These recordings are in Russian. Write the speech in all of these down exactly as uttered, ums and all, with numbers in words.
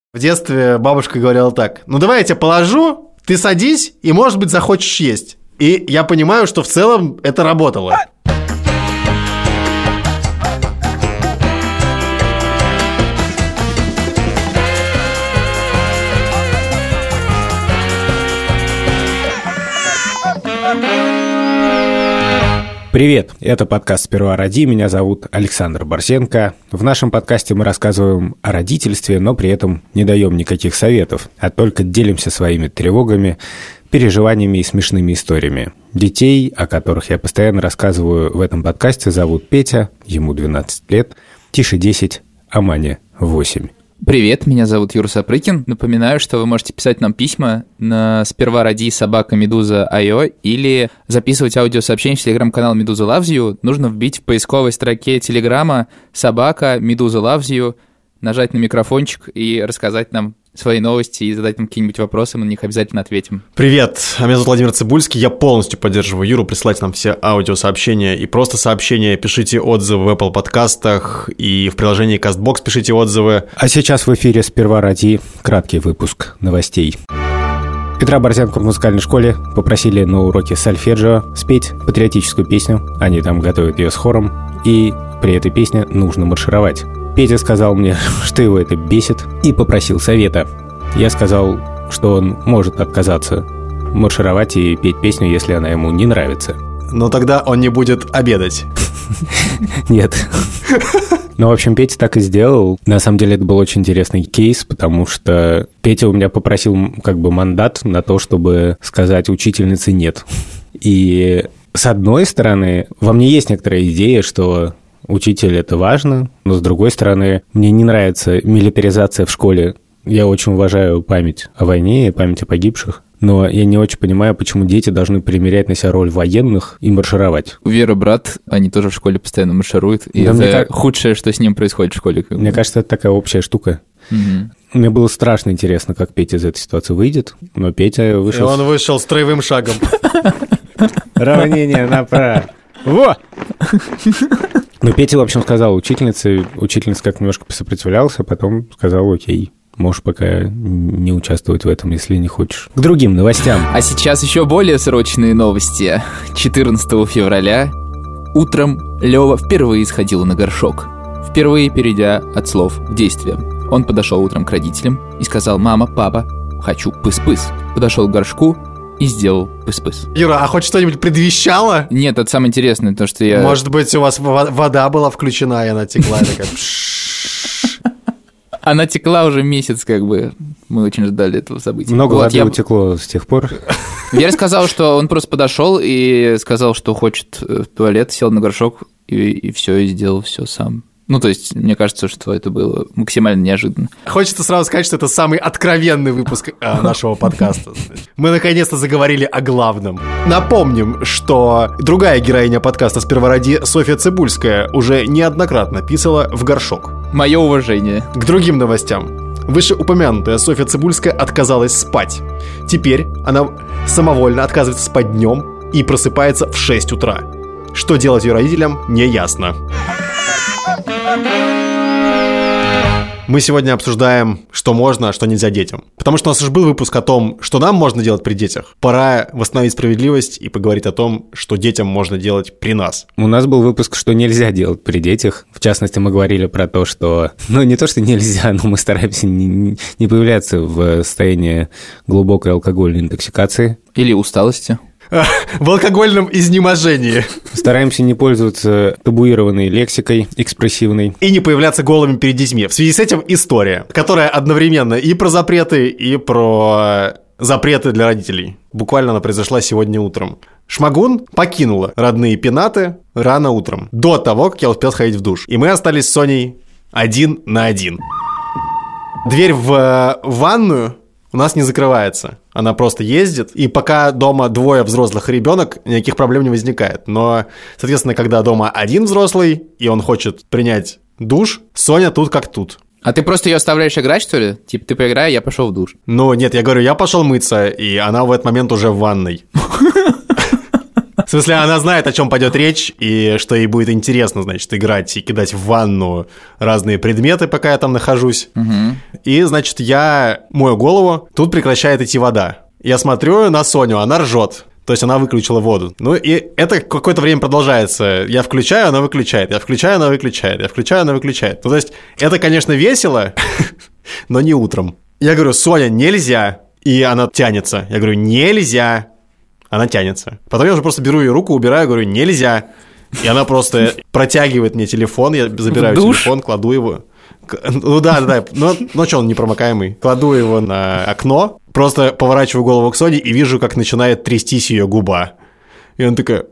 В детстве бабушка говорила так: ну давай я тебя положу, ты садись и, может быть, захочешь есть. И я понимаю, что в целом это работало. Привет, это подкаст «Сперва роди», меня зовут Александр Борзенко. В нашем подкасте мы рассказываем о родительстве, но при этом не даем никаких советов, а только делимся своими тревогами, переживаниями и смешными историями. Детей, о которых я постоянно рассказываю в этом подкасте, зовут Петя, ему двенадцать лет, Тише десять, а Мане восемь. Привет, меня зовут Юра Сапрыкин. Напоминаю, что вы можете писать нам письма на сперва роди собака медуза точка ай о или записывать аудиосообщение в телеграм-канал Медуза Loves You. Нужно вбить в поисковой строке телеграма собака Медуза Loves You, нажать на микрофончик и рассказать нам свои новости и задать нам какие-нибудь вопросы, мы на них обязательно ответим. Привет, меня зовут Владимир Цибульский, я полностью поддерживаю Юру, присылайте нам все аудиосообщения и просто сообщения, пишите отзывы в Apple подкастах и в приложении CastBox пишите отзывы. А сейчас в эфире «Сперва роди» краткий выпуск новостей. Петра Борзенко в музыкальной школе попросили на уроке сольфеджио спеть патриотическую песню, они там готовят ее с хором, и при этой песне нужно маршировать. Петя сказал мне, что его это бесит, и попросил совета. Я сказал, что он может отказаться маршировать и петь песню, если она ему не нравится. Но тогда он не будет обедать. Нет. Ну, в общем, Петя так и сделал. На самом деле, это был очень интересный кейс, потому что Петя у меня попросил как бы мандат на то, чтобы сказать учительнице «нет». И с одной стороны, во мне есть некоторая идея, что учитель – это важно, но, с другой стороны, мне не нравится милитаризация в школе. Я очень уважаю память о войне и память о погибших, но я не очень понимаю, почему дети должны примерять на себя роль военных и маршировать. У Веры брат, они тоже в школе постоянно маршируют, и да, это как... худшее, что с ним происходит в школе. Мне кажется, это такая общая штука. Угу. Мне было страшно интересно, как Петя из этой ситуации выйдет, но Петя вышел... И он вышел строевым шагом. Равнение направо. Во! Ну, Петя, в общем, сказал учительнице, учительница как немножко посопротивлялся, а потом сказал: окей, можешь пока не участвовать в этом, если не хочешь. К другим новостям. А сейчас еще более срочные новости. четырнадцатого февраля утром Лёва впервые сходил на горшок, впервые перейдя от слов к действиям. Он подошел утром к родителям и сказал: мама, папа, хочу пыс-пыс. Подошел к горшку и сделал пыс-пыс. Юра, а хоть что-нибудь предвещало? Нет, это самое интересное, то, что я... Может быть, у вас вода была включена, и она текла, и такая... Она текла уже месяц, как бы. Мы очень ждали этого события. Много вот, воды я... утекло с тех пор. Вера сказал, что он просто подошел и сказал, что хочет в туалет, сел на горшок и, и все, и сделал все сам. Ну, то есть, мне кажется, что это было максимально неожиданно. Хочется сразу сказать, что это самый откровенный выпуск э, нашего подкаста. Мы наконец-то заговорили о главном. Напомним, что другая героиня подкаста «Сперва роди», Софья Цибульская, уже неоднократно писала в горшок. Мое уважение. К другим новостям. Вышеупомянутая Софья Цибульская отказалась спать. Теперь она самовольно отказывается спать днем и просыпается в шесть утра. Что делать ее родителям, не ясно. Мы сегодня обсуждаем, что можно, а что нельзя детям. Потому что у нас уже был выпуск о том, что нам можно делать при детях. Пора восстановить справедливость и поговорить о том, что детям можно делать при нас. У нас был выпуск, что нельзя делать при детях. В частности, мы говорили про то, что... Ну, не то, что нельзя, но мы стараемся не, не появляться в состоянии глубокой алкогольной интоксикации. Или усталости. В алкогольном изнеможении. Стараемся не пользоваться табуированной лексикой, экспрессивной. И не появляться голыми перед детьми. В связи с этим история, которая одновременно и про запреты, и про запреты для родителей. Буквально она произошла сегодня утром. Шмагун покинула родные пенаты рано утром, до того, как я успел сходить в душ. И мы остались с Соней один на один. Дверь в ванную у нас не закрывается. Она просто ездит, и пока дома двое взрослых и ребенок, никаких проблем не возникает. Но, соответственно, когда дома один взрослый, и он хочет принять душ, Соня тут как тут. А ты просто ее оставляешь играть, что ли? Типа, ты поиграй, я пошел в душ. Ну, нет, я говорю, я пошел мыться, и она в этот момент уже в ванной. В смысле, она знает, о чем пойдет речь, и что ей будет интересно, значит, играть и кидать в ванну разные предметы, пока я там нахожусь. Угу. И, значит, я мою голову, тут прекращает идти вода. Я смотрю на Соню, она ржет. То есть она выключила воду. Ну и это какое-то время продолжается. Я включаю, она выключает. Я включаю, она выключает. Я включаю, она выключает. Ну то есть это, конечно, весело, но не утром. Я говорю: Соня, нельзя. И она тянется. Я говорю: нельзя. Она тянется. Потом я уже просто беру ее руку, убираю, говорю: нельзя. И она просто протягивает мне телефон. Я забираю телефон, кладу его. Ну да, да, да. Ну, ну что, он непромокаемый. Кладу его на окно, просто поворачиваю голову к Соне и вижу, как начинает трястись ее губа. И он такая...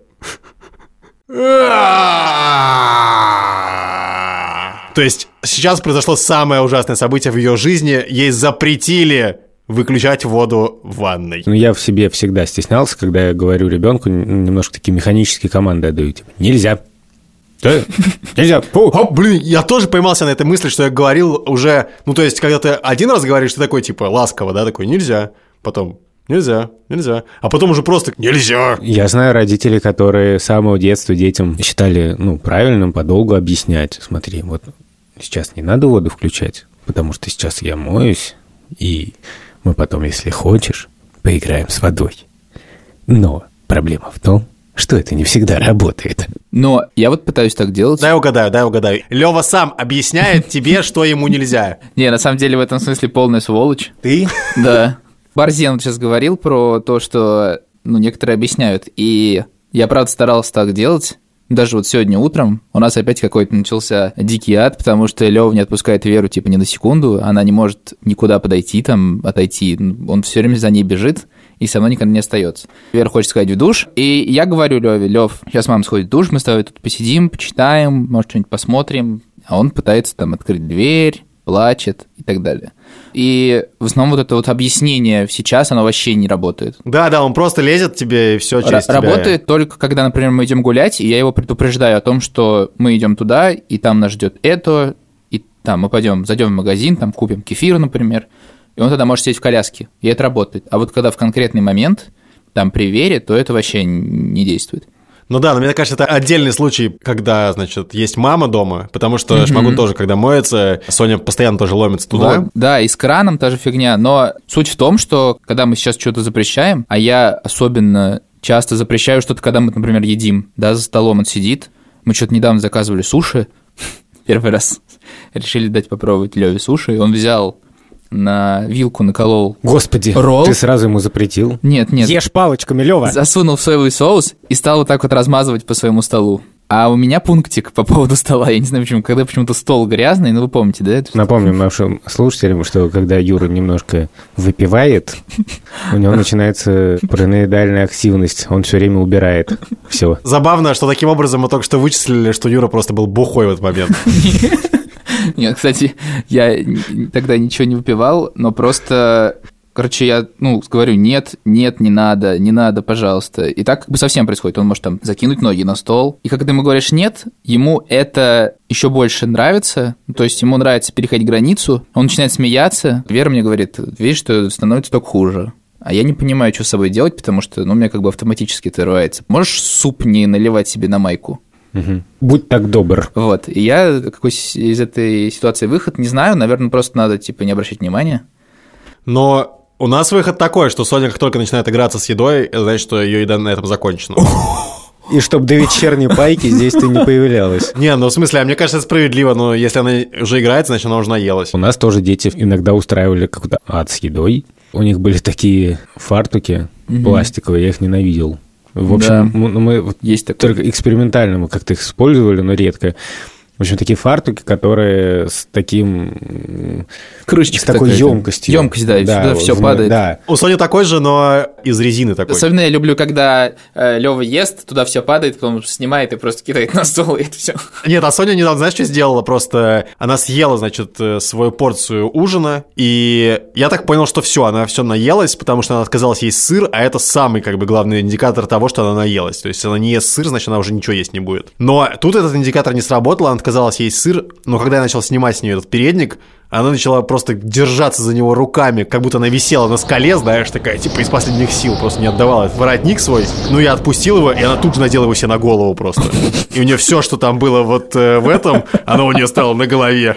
То есть сейчас произошло самое ужасное событие в ее жизни. Ей запретили выключать воду в ванной. Ну, я в себе всегда стеснялся, когда я говорю ребенку, немножко такие механические команды отдаю. Типа, нельзя. Да, нельзя. О, блин, я тоже поймался на этой мысли, что я говорил уже... Ну, то есть, когда ты один раз говоришь, ты такой, типа, ласково, да, такой, нельзя. Потом, нельзя, нельзя. А потом уже просто нельзя. Я знаю родителей, которые с самого детства детям считали, ну, правильным подолгу объяснять. Смотри, вот сейчас не надо воду включать, потому что сейчас я моюсь, и мы потом, если хочешь, поиграем с водой. Но проблема в том, что это не всегда работает. Но я вот пытаюсь так делать. Дай угадаю, дай угадаю. Лёва сам объясняет тебе, что ему нельзя. Не, на самом деле в этом смысле полная сволочь. Ты? Да. Борзен вот сейчас говорил про то, что, ну, некоторые объясняют. И я, правда, старался так делать. Даже вот сегодня утром у нас опять какой-то начался дикий ад, потому что Лёва не отпускает Веру, типа, ни на секунду. Она не может никуда подойти, там, отойти. Он все время за ней бежит и со мной никогда не остается. Вера хочет сходить в душ, и я говорю Лёве: Лёв, сейчас мама сходит в душ, мы с тобой тут посидим, почитаем, может, что-нибудь посмотрим. А он пытается там открыть дверь, плачет и так далее. И в основном вот это вот объяснение сейчас, оно вообще не работает. Да-да, он просто лезет тебе, и все через Р- тебя. Работает только когда, например, мы идем гулять, и я его предупреждаю о том, что мы идем туда, и там нас ждет это, и там мы пойдем, зайдем в магазин, там купим кефир, например, и он тогда может сидеть в коляске, и это работает. А вот когда в конкретный момент, там при Вере, то это вообще не действует. Ну да, но мне кажется, это отдельный случай, когда, значит, есть мама дома, потому что mm-hmm. Шмагун тоже, когда моется, Соня постоянно тоже ломится туда. Вот, да, и с краном та же фигня, но суть в том, что когда мы сейчас что-то запрещаем, а я особенно часто запрещаю что-то, когда мы, например, едим, да, за столом он сидит, мы что-то недавно заказывали суши, первый раз решили дать попробовать Лёве суши, и он взял... на вилку наколол. Господи, ролл. Ты сразу ему запретил? Нет, нет. Ешь палочками, Лёва. Засунул в соевый соус и стал вот так вот размазывать по своему столу. А у меня пунктик по поводу стола. Я не знаю почему. Когда почему-то стол грязный, ну вы помните, да? Это Напомним нашим слушателям, что когда Юра немножко выпивает, у него начинается параноидальная активность. Он все время убирает все. Забавно, что таким образом мы только что вычислили, что Юра просто был бухой в этот момент. Нет, кстати, я тогда ничего не выпивал, но просто, короче, я, ну, говорю, нет, нет, не надо, не надо, пожалуйста. И так как бы совсем происходит. Он может там закинуть ноги на стол. И когда ему говоришь нет, ему это еще больше нравится. То есть ему нравится переходить границу. Он начинает смеяться. Вера мне говорит: видишь, что становится только хуже. А я не понимаю, что с собой делать, потому что, ну, у меня как бы автоматически это рвается. Можешь суп не наливать себе на майку? Угу. Будь так добр. Вот, и я какой из этой ситуации выход не знаю, наверное, просто надо, типа, не обращать внимания. Но у нас выход такой, что Соня, как только начинает играться с едой, это значит, что ее еда на этом закончена. И чтоб до вечерней пайки здесь ты не появлялась. Не, ну в смысле, а мне кажется, это справедливо, но если она уже играет, значит, она уже наелась. У нас тоже дети иногда устраивали какой-то ад с едой. У них были такие фартуки пластиковые, я их ненавидел. В общем, да. мы, мы вот есть только экспериментально мы как-то их использовали, но редко. В общем, такие фартуки, которые с таким... Крышечка с такой емкостью. Емкость, да, и да, сюда все падает. Да. У Сони такой же, но из резины такой. Особенно я люблю, когда э, Лёва ест, туда все падает, потом снимает и просто кидает на стол, и это все. Нет, а Соня недавно, знаешь, что сделала? Просто она съела, значит, свою порцию ужина, и я так понял, что все, она все наелась, потому что она отказалась есть сыр, а это самый, как бы, главный индикатор того, что она наелась. То есть, если она не ест сыр, значит, она уже ничего есть не будет. Но тут этот индикатор не сработал, она отказалась есть сыр, но когда я начал снимать с нее этот передник, она начала просто держаться за него руками, как будто она висела на скале, знаешь, такая, типа из последних сил, просто не отдавала этот воротник свой. Ну, я отпустил его, и она тут же надела его себе на голову просто. И у нее все, что там было вот э, в этом, оно у нее стало на голове.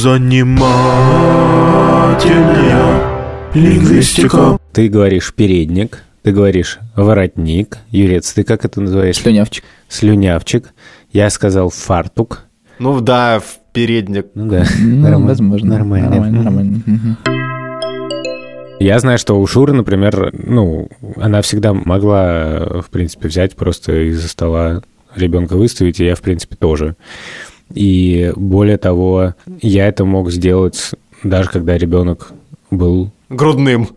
Занимательная лингвистика. Ты говоришь передник, ты говоришь воротник. Юрец, ты как это называешь? Слюнявчик. Слюнявчик. Я сказал фартук. Ну да, в передник. Ну да, ну, нормально. Возможно. Нормально. Нормально, нормально. Я знаю, что у Шуры, например, ну, она всегда могла, в принципе, взять просто из-за стола ребенка выставить, и я, в принципе, тоже. И более того, я это мог сделать даже когда ребенок был... грудным.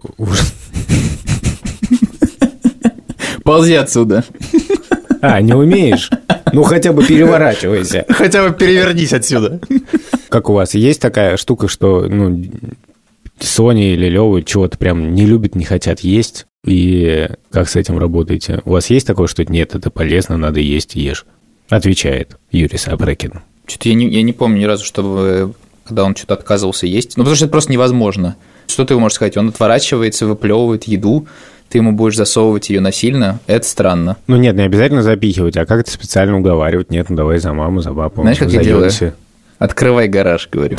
Ползи отсюда. А, не умеешь? Ну, хотя бы переворачивайся. Хотя бы перевернись отсюда. Как у вас? Есть такая штука, что, ну, Соня или Лёва чего-то прям не любят, не хотят есть? И как с этим работаете? У вас есть такое, что нет, это полезно, надо есть, ешь? Отвечает Юрий Сапрыкин. Что-то я не, я не помню ни разу, чтобы, когда он что-то отказывался есть. Ну, потому что это просто невозможно. Что ты можешь сказать? Он отворачивается, выплевывает еду, ты ему будешь засовывать ее насильно, это странно. Ну нет, не обязательно запихивать, а как-то специально уговаривать. Нет, ну давай за маму, за папу. Знаешь, как я делаю? Открывай гараж, говорю.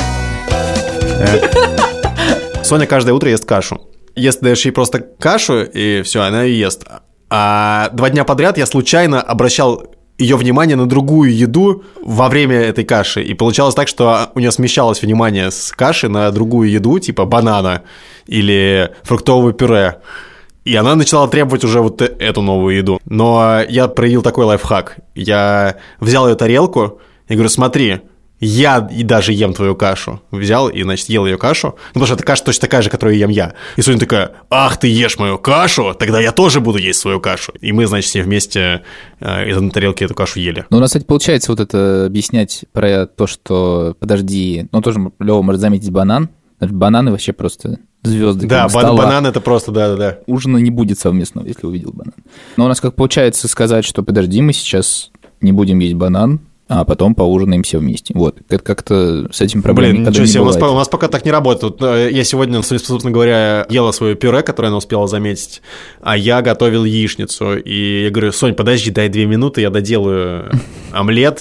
Соня каждое утро ест кашу. Если даешь ей просто кашу, и все, она ее ест. А два дня подряд я случайно обращал ее внимание на другую еду во время этой каши. И получалось так, что у нее смещалось внимание с каши на другую еду, типа банана или фруктового пюре. И она начала требовать уже вот эту новую еду. Но я проявил такой лайфхак. Я взял ее тарелку и говорю, смотри, я и даже ем твою кашу. Взял и, значит, ел ее кашу. Ну, потому что эта каша точно такая же, которую ем я. И Соня такая, ах, ты ешь мою кашу, тогда я тоже буду есть свою кашу. И мы, значит, все вместе э, из одной тарелки эту кашу ели. Ну, у нас, кстати, получается вот это объяснять про то, что, подожди, ну, тоже Лёва может заметить банан. Бананы вообще просто звезды. Да, бан- банан это просто, да-да-да. Ужина не будет совместного, если увидел банан. Но у нас как получается сказать, что подожди, мы сейчас не будем есть банан, а потом поужинаем все вместе. Вот, это как-то с этим проблем никогда не себе, бывает. У нас, у нас пока так не работает. Я сегодня, собственно говоря, ела свое пюре, которое она успела заметить, а я готовил яичницу. И я говорю, Сонь, подожди, дай две минуты, я доделаю омлет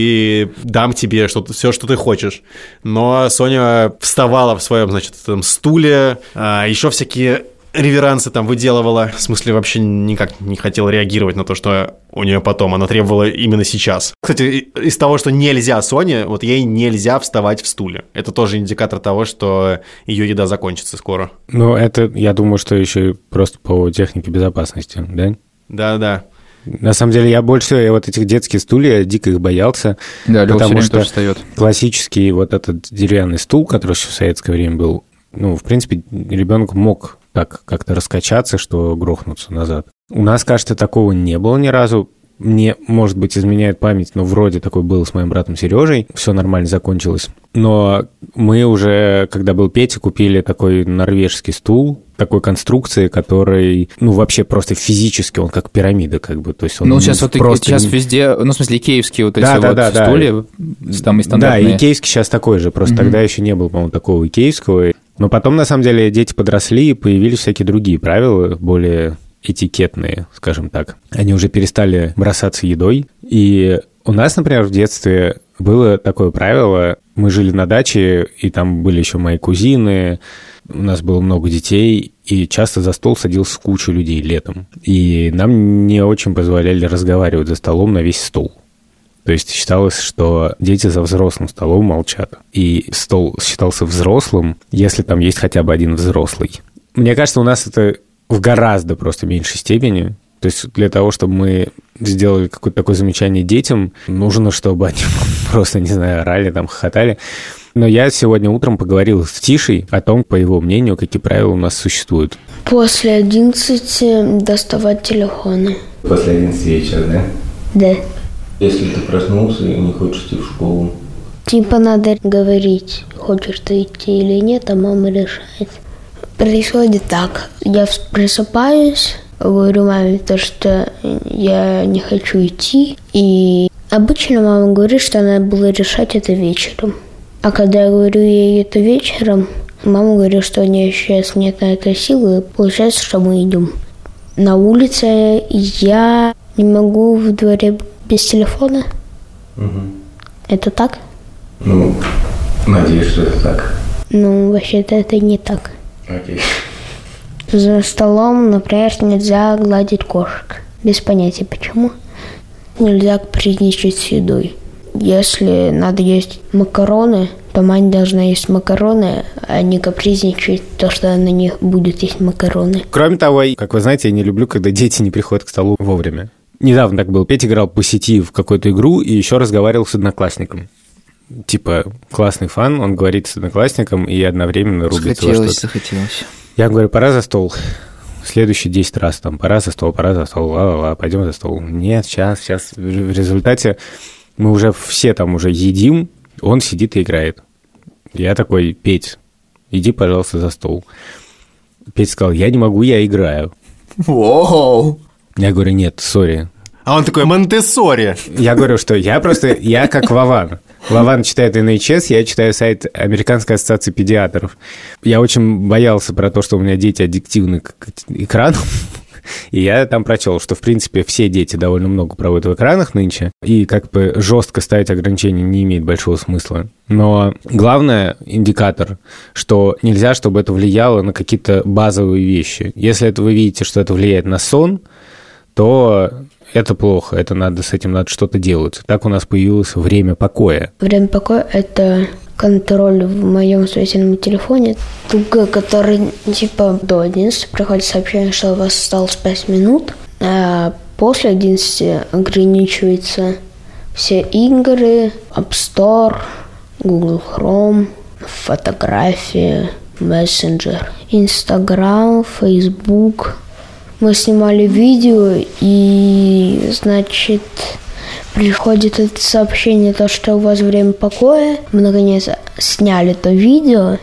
и дам тебе что-то, все, что ты хочешь. Но Соня вставала в своем, значит, этом стуле, а еще всякие... реверансы там выделывала, в смысле вообще никак не хотела реагировать на то, что у нее потом, она требовала именно сейчас. Кстати, из того, что нельзя Соне, вот ей нельзя вставать в стуле. Это тоже индикатор того, что ее еда закончится скоро. Ну, это, я думаю, что еще и просто по технике безопасности, да? Да-да. На самом деле, я больше всего, я вот этих детских стулья, дико их боялся. Да, Лёва потому все время что тоже встает. Классический вот этот деревянный стул, который еще в советское время был, ну, в принципе, ребенок мог так как-то раскачаться, что грохнуться назад. У нас, кажется, такого не было ни разу. Мне, может быть, изменяет память, но вроде такой был с моим братом Сережей. Все нормально закончилось. Но мы уже, когда был Петя, купили такой норвежский стул, такой конструкции, который, ну, вообще просто физически, он как пирамида, как бы. То есть он, ну, сейчас ну, вот просто... сейчас везде, ну, в смысле, икеевские вот эти да, вот да, да, стулья, да. там и стандартные. Да, икеевский сейчас такой же, просто mm-hmm. тогда еще не было, по-моему, такого икеевского. Но потом, на самом деле, дети подросли, и появились всякие другие правила, более этикетные, скажем так. Они уже перестали бросаться едой. И у нас, например, в детстве было такое правило. Мы жили на даче, и там были еще мои кузины, у нас было много детей, и часто за стол садился куча людей летом. И нам не очень позволяли разговаривать за столом на весь стол. То есть считалось, что дети за взрослым столом молчат. И стол считался взрослым, если там есть хотя бы один взрослый. Мне кажется, у нас это в гораздо просто меньшей степени. То есть для того, чтобы мы сделали какое-то такое замечание детям, нужно, чтобы они просто, не знаю, орали, там, хохотали. Но я сегодня утром поговорил с Тишей о том, по его мнению, какие правила у нас существуют. После одиннадцати доставать телефоны. После одиннадцати вечера, да? Да. Если ты проснулся и не хочешь идти в школу? Типа надо говорить, хочешь ты идти или нет, а мама решает. Происходит так. Я просыпаюсь, говорю маме то, что я не хочу идти, и Обычно мама говорит, что надо было решать это вечером. А когда я говорю ей это вечером, мама говорит, что у нее сейчас нет на это силы, и получается, что мы идем. На улице я не могу в дворе без телефона. Угу. Это так? Ну, надеюсь, что это так. Ну, вообще-то это не так. Окей. За столом, например, нельзя гладить кошек. Без понятия почему. Нельзя капризничать с едой. Если надо есть макароны, то мать должна есть макароны, а не капризничать то, что она не будет есть макароны. Кроме того, как вы знаете, я не люблю, когда дети не приходят к столу вовремя. Недавно так было. Петя играл по сети в какую-то игру и еще разговаривал с одноклассником. Типа, классный фан, он говорит с одноклассником и одновременно рубится во что-то. Захотелось. Я говорю, пора за стол. Следующие десять раз там, пора за стол, пора за стол, ла-ла-ла, пойдем за стол. Нет, сейчас, сейчас. В результате мы уже все там уже едим, он сидит и играет. Я такой, Петь, иди, пожалуйста, за стол. Петя сказал, я не могу, я играю. Воу! Я говорю, нет, сори. А он такой, Монтессори. Я говорю, что я просто, я как Вован. Вован читает эн эйч эс, я читаю сайт Американской ассоциации педиатров. Я очень боялся про то, что у меня дети аддиктивны к экрану. И я там прочел, что, в принципе, все дети довольно много проводят в экранах нынче, и как бы жестко ставить ограничения не имеет большого смысла. Но главный индикатор, что нельзя, чтобы это влияло на какие-то базовые вещи. Если это вы видите, что это влияет на сон, то это плохо, это надо, с этим надо что-то делать. Так у нас появилось время покоя. Время покоя – это контроль в моем светильном телефоне, туго, который типа до одиннадцати приходит сообщение, что у вас осталось пять минут, а после одиннадцати ограничиваются все игры, App Store, Google Chrome, фотографии, Messenger, Instagram, Facebook. Мы снимали видео, и, значит, приходит это сообщение, то, что у вас время покоя. Мы, наконец, сняли то видео,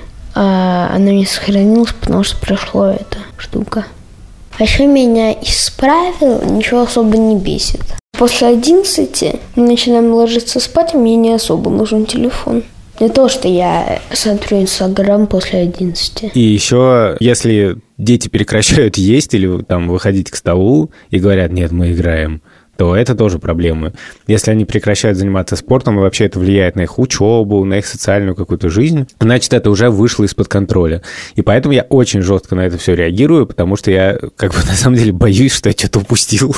а оно не сохранилось, потому что прошло эта штука. А еще меня исправил, ничего особо не бесит. После одиннадцати мы начинаем ложиться спать, и мне не особо нужен телефон. Не то, что я смотрю Инстаграм после одиннадцати. И еще, если дети прекращают есть или там выходить к столу и говорят, нет, мы играем, то это тоже проблемы. Если они прекращают заниматься спортом, и вообще это влияет на их учебу, на их социальную какую-то жизнь, значит, это уже вышло из-под контроля. И поэтому я очень жестко на это все реагирую, потому что я, как бы, на самом деле боюсь, что я что-то упустил.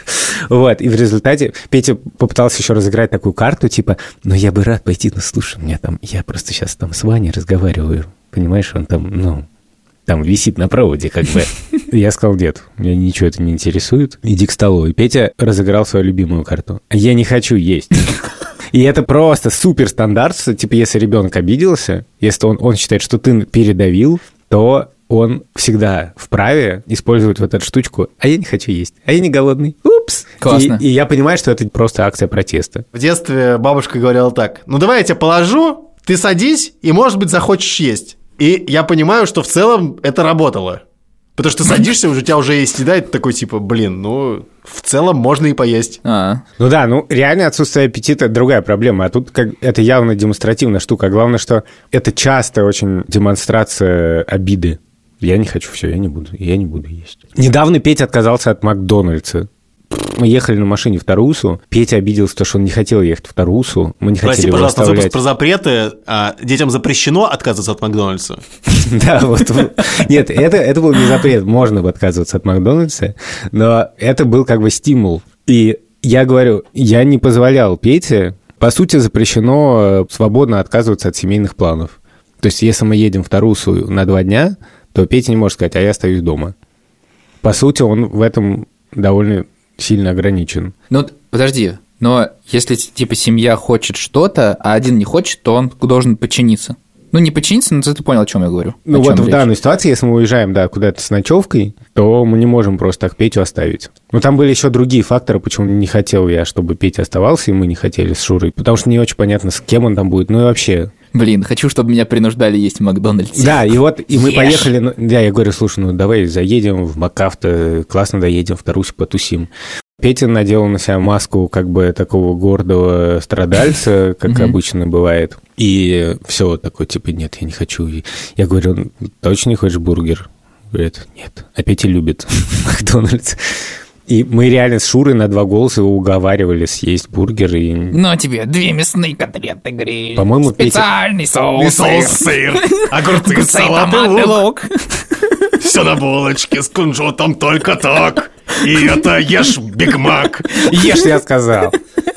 Вот, и в результате Петя попытался еще разыграть такую карту, типа, ну, я бы рад пойти, ну, слушай, меня там, я просто сейчас там с Ваней разговариваю, понимаешь, он там, ну... там висит на проводе, как бы. Я сказал, дед, меня ничего это не интересует, иди к столу. И Петя разыграл свою любимую карту. Я не хочу есть. И это просто супер стандарт, что, типа, если ребенок обиделся, если он, он считает, что ты передавил, то он всегда вправе использовать вот эту штучку. А я не хочу есть, а я не голодный. Упс. Классно. И, и я понимаю, что это просто акция протеста. В детстве бабушка говорила так, ну давай я тебя положу, ты садись, и, может быть, захочешь есть. И я понимаю, что в целом это работало. Потому что ты садишься, уже тебя уже есть еда, и ты такой, типа, блин, ну, в целом можно и поесть. А. Ну да, ну реально отсутствие аппетита – это другая проблема. А тут как, это явно демонстративная штука. Главное, что это часто очень демонстрация обиды. Я не хочу, все, я не буду, я не буду есть. Недавно Петя отказался от Макдональдса. Мы ехали на машине в Тарусу. Петя обиделся, потому что он не хотел ехать в Тарусу. Мы не Прости, хотели его пожалуйста, оставлять. выпуск про запреты. А детям запрещено отказываться от Макдональдса? Да, вот. Нет, это, это был не запрет. Можно бы отказываться от Макдональдса, но это был как бы стимул. И я говорю, я не позволял Пете. По сути, запрещено свободно отказываться от семейных планов. То есть, если мы едем в Тарусу на два дня, то Петя не может сказать, а я остаюсь дома. По сути, он в этом довольно сильно ограничен. Ну, подожди, но если, типа, семья хочет что-то, а один не хочет, то он должен подчиниться. Ну, не подчиниться, но ты понял, о чем я говорю. Ну, вот в данной ситуации, если мы уезжаем, да, куда-то с ночевкой, то мы не можем просто так Петю оставить. Но там были еще другие факторы, почему не хотел я, чтобы Петя оставался, и мы не хотели с Шурой. Потому что не очень понятно, с кем он там будет, ну и вообще... Блин, хочу, чтобы меня принуждали есть в Макдональдсе. Да, и вот, и мы Ешь. поехали, ну, да, я говорю, слушай, ну давай заедем в МакАвто, классно доедем, в Тарусе потусим. Петя надел на себя маску как бы такого гордого страдальца, как обычно бывает. И все такое, типа, нет, я не хочу. Я говорю, точно не хочешь бургер? Говорит, нет. А Петя любит Макдональдс. И мы реально с Шурой на два голоса его уговаривали съесть бургер. И... Ну, тебе две мясные котлеты гриль. По-моему, специальный Петя... соус. Соус, сыр, огурцы, салат и лук. Все на булочке с кунжутом только так. И это ешь Биг Мак. Ешь, я сказал.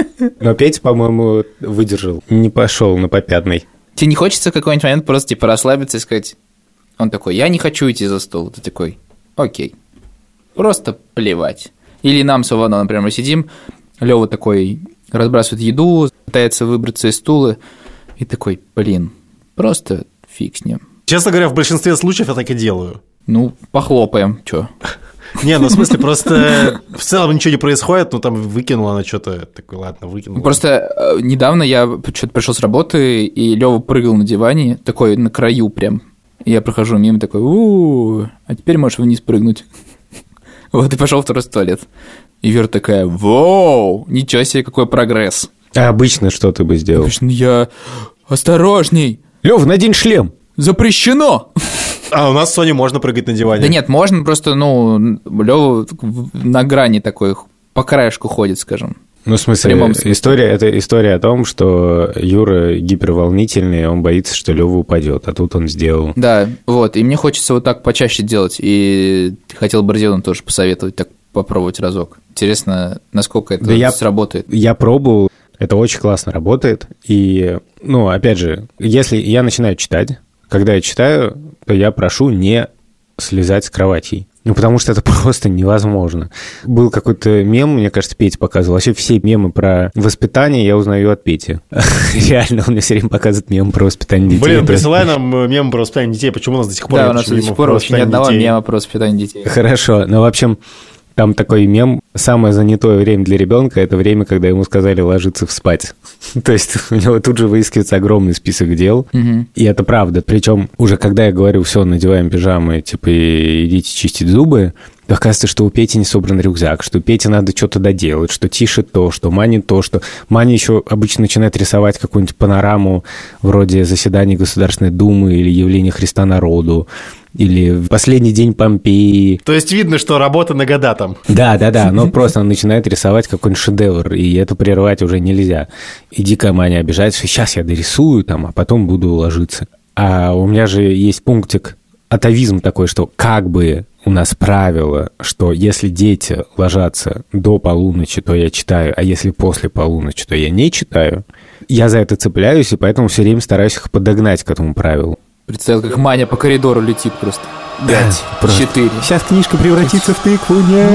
Но Петя, по-моему, выдержал. Не пошел на попятный. Тебе не хочется в какой-нибудь момент просто типа расслабиться и сказать... Он такой, я не хочу идти за стол. Ты такой, окей. Просто плевать. Или нам с Иваном, например, мы сидим, Лёва такой разбрасывает еду, пытается выбраться из стула, и такой, блин, просто фиг с ним. Честно говоря, в большинстве случаев я так и делаю. Ну, похлопаем, чё? Не, ну в смысле, просто в целом ничего не происходит, ну там выкинула она что-то, такой, ладно, выкинула. Просто э, недавно я что-то пришел с работы, и Лёва прыгал на диване, такой на краю прям. И я прохожу мимо, такой, у-у-у, а теперь можешь вниз прыгнуть. Вот и пошел второй раз в туалет. И Вера такая, вау, ничего себе, какой прогресс. А обычно что ты бы сделал? Обычно я, осторожней. Лёв, надень шлем. Запрещено. А у нас с Соней можно прыгать на диване. Да нет, можно просто, ну, Лёва на грани такой, по краешку ходит, скажем. Ну, в смысле, история, это история о том, что Юра гиперволнительный, он боится, что Лёва упадет, а тут он сделал. Да, вот, и мне хочется вот так почаще делать, и хотел бы Родиону тоже посоветовать так попробовать разок. Интересно, насколько это да я, сработает. Я пробовал, это очень классно работает, и, ну, опять же, если я начинаю читать, когда я читаю, то я прошу не слезать с кровати. Ну, потому что это просто невозможно. Был какой-то мем, мне кажется, Петя показывал. Вообще все мемы про воспитание я узнаю от Пети. Реально, он мне все время показывает мем про воспитание детей. Блин, присылай нам мем про воспитание детей. Почему у нас до сих пор да, у нас до сих пор вообще ни одного мема про воспитание детей. Хорошо, ну, в общем... Там такой мем, самое занятое время для ребенка – это время, когда ему сказали ложиться спать. То есть у него тут же выискивается огромный список дел, угу. И это правда. Причем уже когда я говорю, все, надеваем пижамы, типа, идите чистить зубы, то оказывается, что у Пети не собран рюкзак, что Пете надо что-то доделать, что Тише то, что Мане то, что... Маня еще обычно начинает рисовать какую-нибудь панораму вроде заседания Государственной Думы или явления Христа народу, или в последний день Помпеи. То есть видно, что работа на года там. Да, да, да, но просто он начинает рисовать какой-нибудь шедевр, и это прервать уже нельзя. И дико Маня обижается, что сейчас я дорисую там, а потом буду ложиться. А у меня же есть пунктик, атовизм такой, что как бы у нас правило, что если дети ложатся до полуночи, то я читаю, а если после полуночи, то я не читаю. Я за это цепляюсь, и поэтому все время стараюсь их подогнать к этому правилу. Представил, как Маня по коридору летит просто. Пять, четыре. Сейчас книжка превратится в тыкву.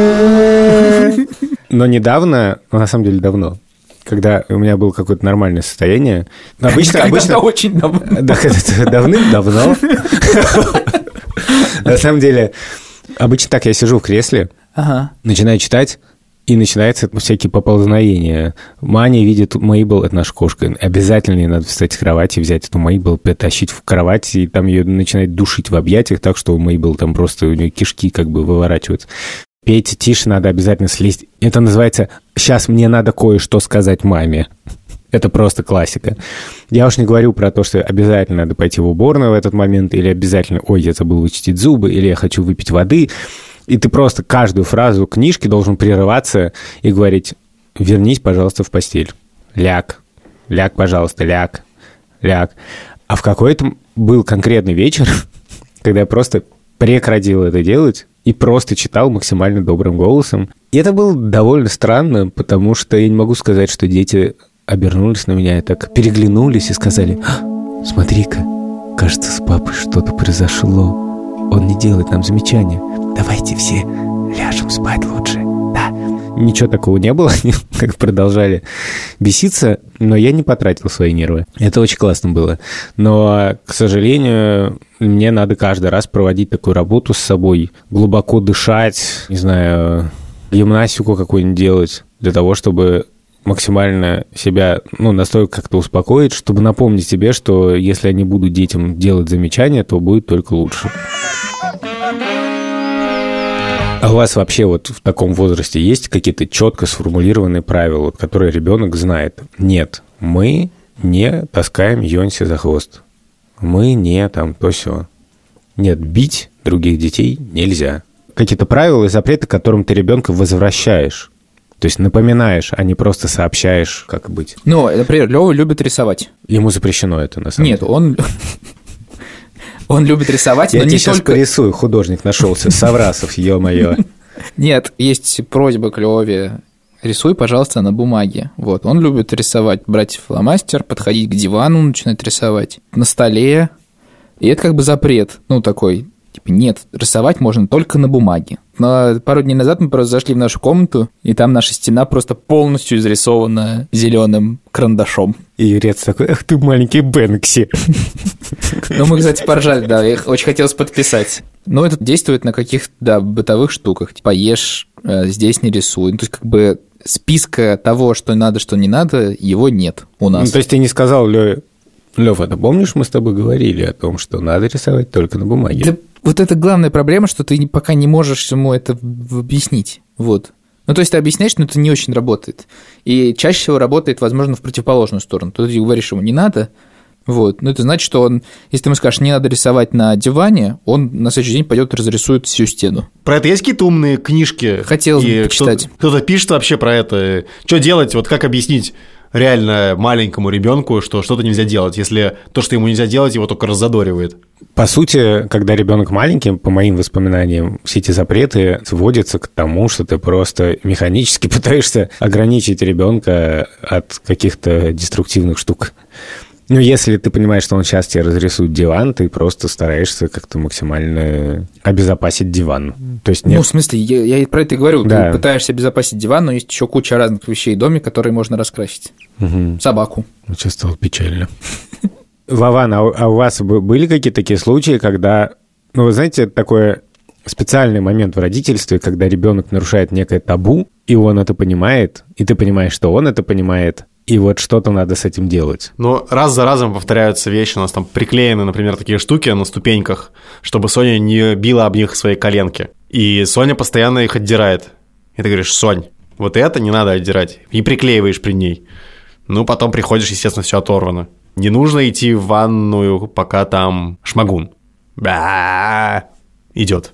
Нет. Но недавно, ну, на самом деле давно, когда у меня было какое-то нормальное состояние. Обычно, обычно... очень давно. Да, давным-давно. На самом деле, обычно так я сижу в кресле, начинаю читать, и начинаются всякие поползновения. Маня видит Мейбл, это наша кошка. Обязательно ей надо встать с кровати, взять эту Мейбл, потащить в кровать, и там ее начинает душить в объятиях, так что у Мейбл там просто у нее кишки как бы выворачиваются. Петя, тише, надо обязательно слезть. Это называется «сейчас мне надо кое-что сказать маме». Это просто классика. Я уж не говорю про то, что обязательно надо пойти в уборную в этот момент, или обязательно «ой, я забыл вычистить зубы», или «я хочу выпить воды». И ты просто каждую фразу книжки должен прерываться и говорить «вернись, пожалуйста, в постель». Ляг. Ляг, пожалуйста, ляг. Ляг. А в какой-то был конкретный вечер, когда я просто прекратил это делать и просто читал максимально добрым голосом. И это было довольно странно, потому что я не могу сказать, что дети обернулись на меня и так переглянулись и сказали «смотри-ка, кажется, с папой что-то произошло. Он не делает нам замечания. Давайте все ляжем спать лучше». Да. Ничего такого не было, они как продолжали беситься, но я не потратил свои нервы. Это очень классно было. Но, к сожалению, мне надо каждый раз проводить такую работу с собой, глубоко дышать, не знаю, гимнастику какую-нибудь делать, для того, чтобы максимально себя, ну, настолько как-то успокоить, чтобы напомнить себе, что если я не буду детям делать замечания, то будет только лучше. А у вас вообще вот в таком возрасте есть какие-то четко сформулированные правила, которые ребенок знает? Нет, мы не таскаем Йонси за хвост. Мы не там то-сё. Нет, бить других детей нельзя. Какие-то правила и запреты, к которым ты ребенка возвращаешь. То есть напоминаешь, а не просто сообщаешь, как быть. Ну, например, Лёва любит рисовать. Ему запрещено это, на самом Нет, деле. он... Он любит рисовать, Я но тебе не сейчас только... порисую, художник нашелся, Саврасов, ё-моё. Нет, есть просьба к Лёве. Рисуй, пожалуйста, на бумаге. Вот, он любит рисовать, брать фломастер, подходить к дивану, начинать рисовать. На столе. И это как бы запрет. Ну, такой, типа, нет, рисовать можно только на бумаге. Но пару дней назад мы просто зашли в нашу комнату, и там наша стена просто полностью изрисована зеленым карандашом. И Юрец такой, эх ты маленький Бэнкси. Ну, мы, кстати, поржали, да, их очень хотелось подписать. Но это действует на каких-то, да, бытовых штуках. Типа, ешь, здесь не рисуй. Ну, то есть, как бы списка того, что надо, что не надо, его нет у нас. Ну, то есть ты не сказал, Лёв, Лёв, а ты помнишь, мы с тобой говорили о том, что надо рисовать только на бумаге? Да, вот это главная проблема, что ты пока не можешь ему это объяснить. Вот. Ну, то есть ты объясняешь, но это не очень работает. И чаще всего работает, возможно, в противоположную сторону. Ты говоришь ему «не надо», вот. Ну, это значит, что он, если ты ему скажешь «не надо рисовать на диване», он на следующий день пойдет и разрисует всю стену. Про это есть какие-то умные книжки? Хотелось бы почитать. Кто-то, кто-то пишет вообще про это. Что делать, вот как объяснить реально маленькому ребенку, что что-то нельзя делать, если то, что ему нельзя делать, его только раззадоривает? По сути, когда ребенок маленький, по моим воспоминаниям, все эти запреты сводятся к тому, что ты просто механически пытаешься ограничить ребенка от каких-то деструктивных штук. Ну, если ты понимаешь, что он сейчас тебе разрисует диван, ты просто стараешься как-то максимально обезопасить диван. То есть нет... Ну, в смысле, я, я про это и говорю. Да. Ты пытаешься обезопасить диван, но есть еще куча разных вещей в доме, которые можно раскрасить. Угу. Собаку. Сейчас стало печально. Вован, а у вас были какие-то такие случаи, когда... Ну, вы знаете, такой специальный момент в родительстве, когда ребенок нарушает некое табу, и он это понимает, и ты понимаешь, что он это понимает, и вот что-то надо с этим делать. Ну, раз за разом повторяются вещи. У нас там приклеены, например, такие штуки на ступеньках, чтобы Соня не била об них свои коленки. И Соня постоянно их отдирает. И ты говоришь: Сонь, вот это не надо отдирать. И приклеиваешь при ней. Ну, потом приходишь, естественно, все оторвано. Не нужно идти в ванную, пока там шмагун. Ба! Идет.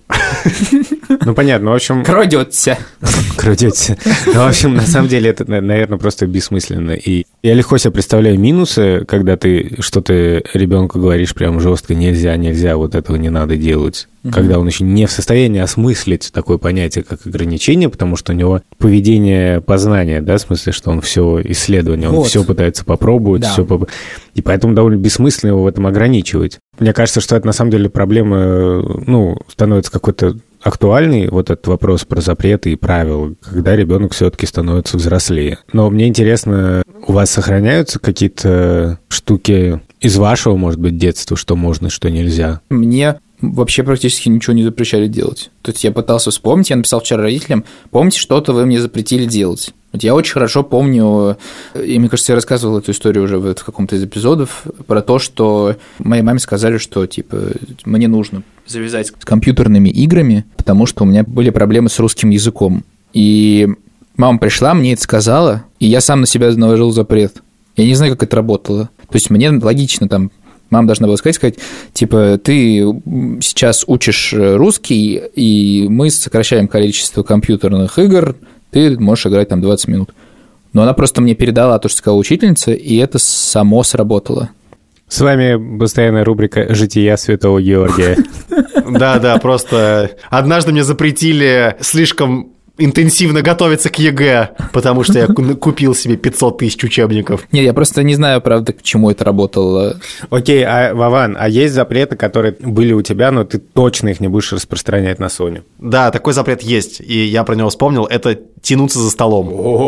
Ну, понятно, в общем... Крадется. Крадется. Ну, в общем, на самом деле это, наверное, просто бессмысленно. И я легко себе представляю минусы, когда ты что-то ребенку говоришь прям жестко: нельзя, нельзя, вот этого не надо делать. Угу. Когда он еще не в состоянии осмыслить такое понятие, как ограничение, потому что у него поведение познания, да, в смысле, что он все исследование, он вот. все пытается попробовать, да. все поп... и поэтому довольно бессмысленно его в этом ограничивать. Мне кажется, что это на самом деле проблема, ну, становится какой-то актуальный, вот этот вопрос про запреты и правила, когда ребенок все-таки становится взрослее. Но мне интересно, у вас сохраняются какие-то штуки из вашего, может быть, детства, что можно, что нельзя? Мне вообще практически ничего не запрещали делать. То есть я пытался вспомнить, я написал вчера родителям: помните, что-то вы мне запретили делать. Вот я очень хорошо помню, и мне кажется, я рассказывал эту историю уже в каком-то из эпизодов, про то, что моей маме сказали, что, типа, мне нужно завязать с компьютерными играми, потому что у меня были проблемы с русским языком. И мама пришла, мне это сказала, и я сам на себя наложил запрет. Я не знаю, как это работало. То есть мне логично там... Мама должна была сказать, сказать, типа, ты сейчас учишь русский, и мы сокращаем количество компьютерных игр, ты можешь играть там двадцать минут. Но она просто мне передала то, что сказала учительница, и это само сработало. С вами постоянная рубрика «Жития святого Георгия». Да-да, просто однажды мне запретили слишком... интенсивно готовиться к ЕГЭ, потому что я купил себе пятьсот тысяч учебников. Не, я просто не знаю, правда, к чему это работало. Окей, а, Вован, а есть запреты, которые были у тебя, но ты точно их не будешь распространять на Соню? Да, такой запрет есть, и я про него вспомнил, это тянуться за столом.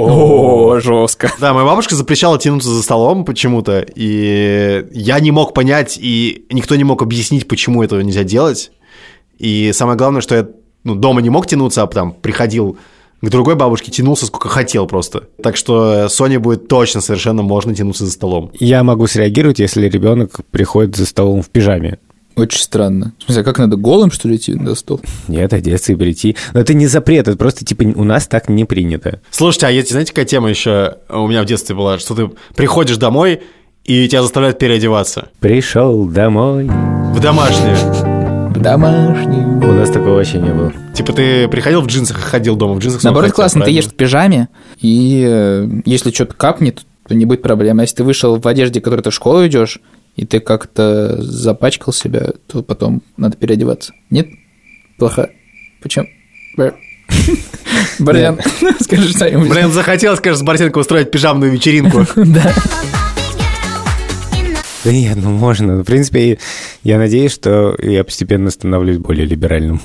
О, жестко. Да, моя бабушка запрещала тянуться за столом почему-то, и я не мог понять, и никто не мог объяснить, почему этого нельзя делать. И самое главное, что я ну, дома не мог тянуться, а там приходил к другой бабушке, тянулся сколько хотел просто. Так что Соне будет точно совершенно можно тянуться за столом. Я могу среагировать, если ребенок приходит за столом в пижаме. Очень странно. В смысле, а как надо, голым, что ли, идти на стол? Нет, одеться и прийти. Но это не запрет, это просто, типа, у нас так не принято. Слушайте, а есть, знаете, какая тема еще у меня в детстве была? Что ты приходишь домой, и тебя заставляют переодеваться. Пришел домой. В домашнее. В домашнее. У нас такого вообще не было. Типа ты приходил в джинсах, ходил дома в джинсах. Наоборот, хотел, классно, правильно? ты ешь в пижаме, и э, если что-то капнет, то не будет проблем. А если ты вышел в одежде, которой ты в школу идешь, и ты как-то запачкал себя, то потом надо переодеваться. Нет? Плохо. Почему? Барян, скажи что-нибудь. Блин, захотелось, конечно, с Борзенко устроить пижамную вечеринку. Да. Да нет, ну можно. В принципе, я надеюсь, что я постепенно становлюсь более либеральным.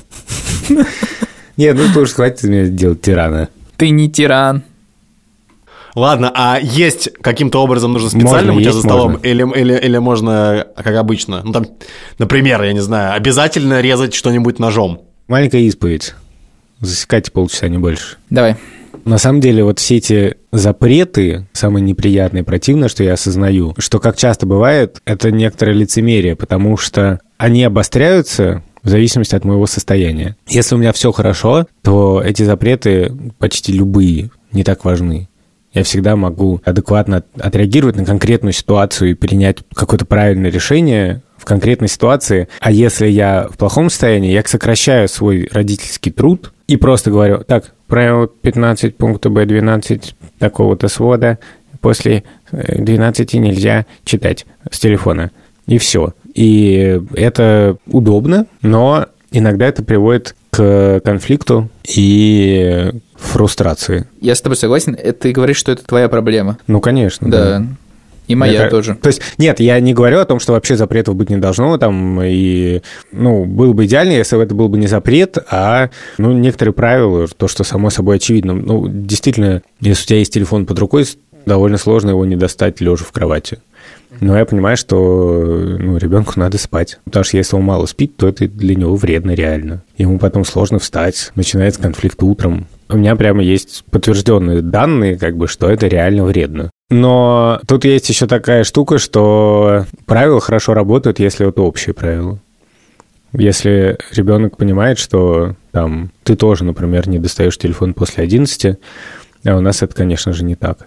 Нет, ну слушай, хватит из меня делать тирана. Ты не тиран. Ладно, а есть каким-то образом нужно специально Можно, у тебя есть за столом? можно. Или, или, или можно, как обычно? Ну, там, например, я не знаю, обязательно резать что-нибудь ножом? Маленькая исповедь. Засекайте полчаса, не больше. Давай. На самом деле, вот все эти запреты, самое неприятное и противное, что я осознаю, что, как часто бывает, это некоторое лицемерие, потому что они обостряются в зависимости от моего состояния. Если у меня все хорошо, то эти запреты, почти любые, не так важны. Я всегда могу адекватно отреагировать на конкретную ситуацию и принять какое-то правильное решение в конкретной ситуации. А если я в плохом состоянии, я сокращаю свой родительский труд и просто говорю: так, правило пятнадцать пункта бэ двенадцать такого-то свода, после двенадцати нельзя читать с телефона. И все. И это удобно, но иногда это приводит к конфликту и фрустрации. Я с тобой согласен. Ты говоришь, что это твоя проблема. Ну, конечно. Да. да. И моя Это, тоже. То есть, нет, я не говорю о том, что вообще запретов быть не должно, там, и, ну, было бы идеально, если бы это был бы не запрет, а, ну, некоторые правила, то, что само собой очевидно. Ну, действительно, если у тебя есть телефон под рукой, довольно сложно его не достать лежа в кровати. Но я понимаю, что, ну, ребенку надо спать. Потому что если он мало спит, то это для него вредно реально. Ему потом сложно встать, начинается конфликт утром. У меня прямо есть подтвержденные данные, как бы, что это реально вредно. Но тут есть еще такая штука, что правила хорошо работают, если это общие правила. Если ребенок понимает, что там ты тоже, например, не достаешь телефон после одиннадцати, а у нас это, конечно же, не так.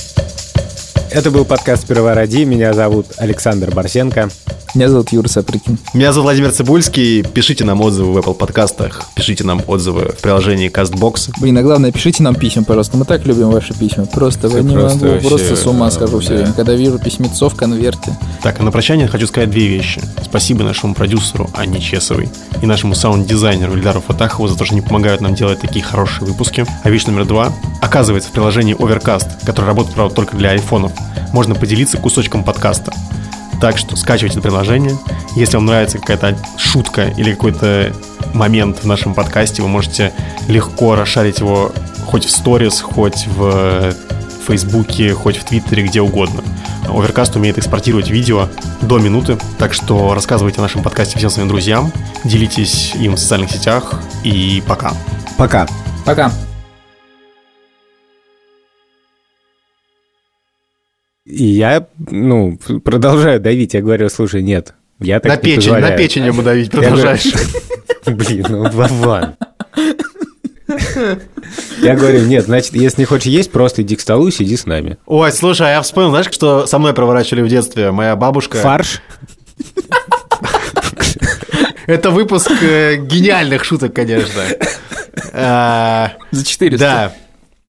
Это был подкаст «Сперва роди». Меня зовут Александр Борзенко. Меня зовут Юра Сапрыкин. Меня зовут Владимир Цибульский. Пишите нам отзывы в Apple подкастах, пишите нам отзывы в приложении CastBox. Блин, а главное, пишите нам письма, пожалуйста. Мы так любим ваши письма. Просто вы не просто могу, вообще, просто с ума схожу да. все время, когда вижу письмецо в конверте. Так, а на прощание хочу сказать две вещи. Спасибо нашему продюсеру Анне Чесовой и нашему саунд-дизайнеру Ильдару Фатахову за то, что они помогают нам делать такие хорошие выпуски. А вещь номер два. Оказывается, в приложении Overcast, которое работает, правда, только для айфонов, можно поделиться кусочком подкаста. Так что скачивайте это приложение. Если вам нравится какая-то шутка или какой-то момент в нашем подкасте, вы можете легко расшарить его хоть в сторис, хоть в Фейсбуке, хоть в Твиттере, где угодно. Overcast умеет экспортировать видео до минуты, так что рассказывайте о нашем подкасте всем своим друзьям, делитесь им в социальных сетях, и пока. Пока. Пока. И я, ну, продолжаю давить. Я говорю: слушай, нет, я так На не печень, позволяю. на печень ему давить Я говорю: продолжаешь. блин, ну, Вован. Я говорю: нет, значит, если не хочешь есть, просто иди к столу и сиди с нами. Ой, слушай, а я вспомнил, знаешь, что со мной проворачивали в детстве? Моя бабушка... Фарш? Это выпуск э, гениальных шуток, конечно. А, За четыреста. Да.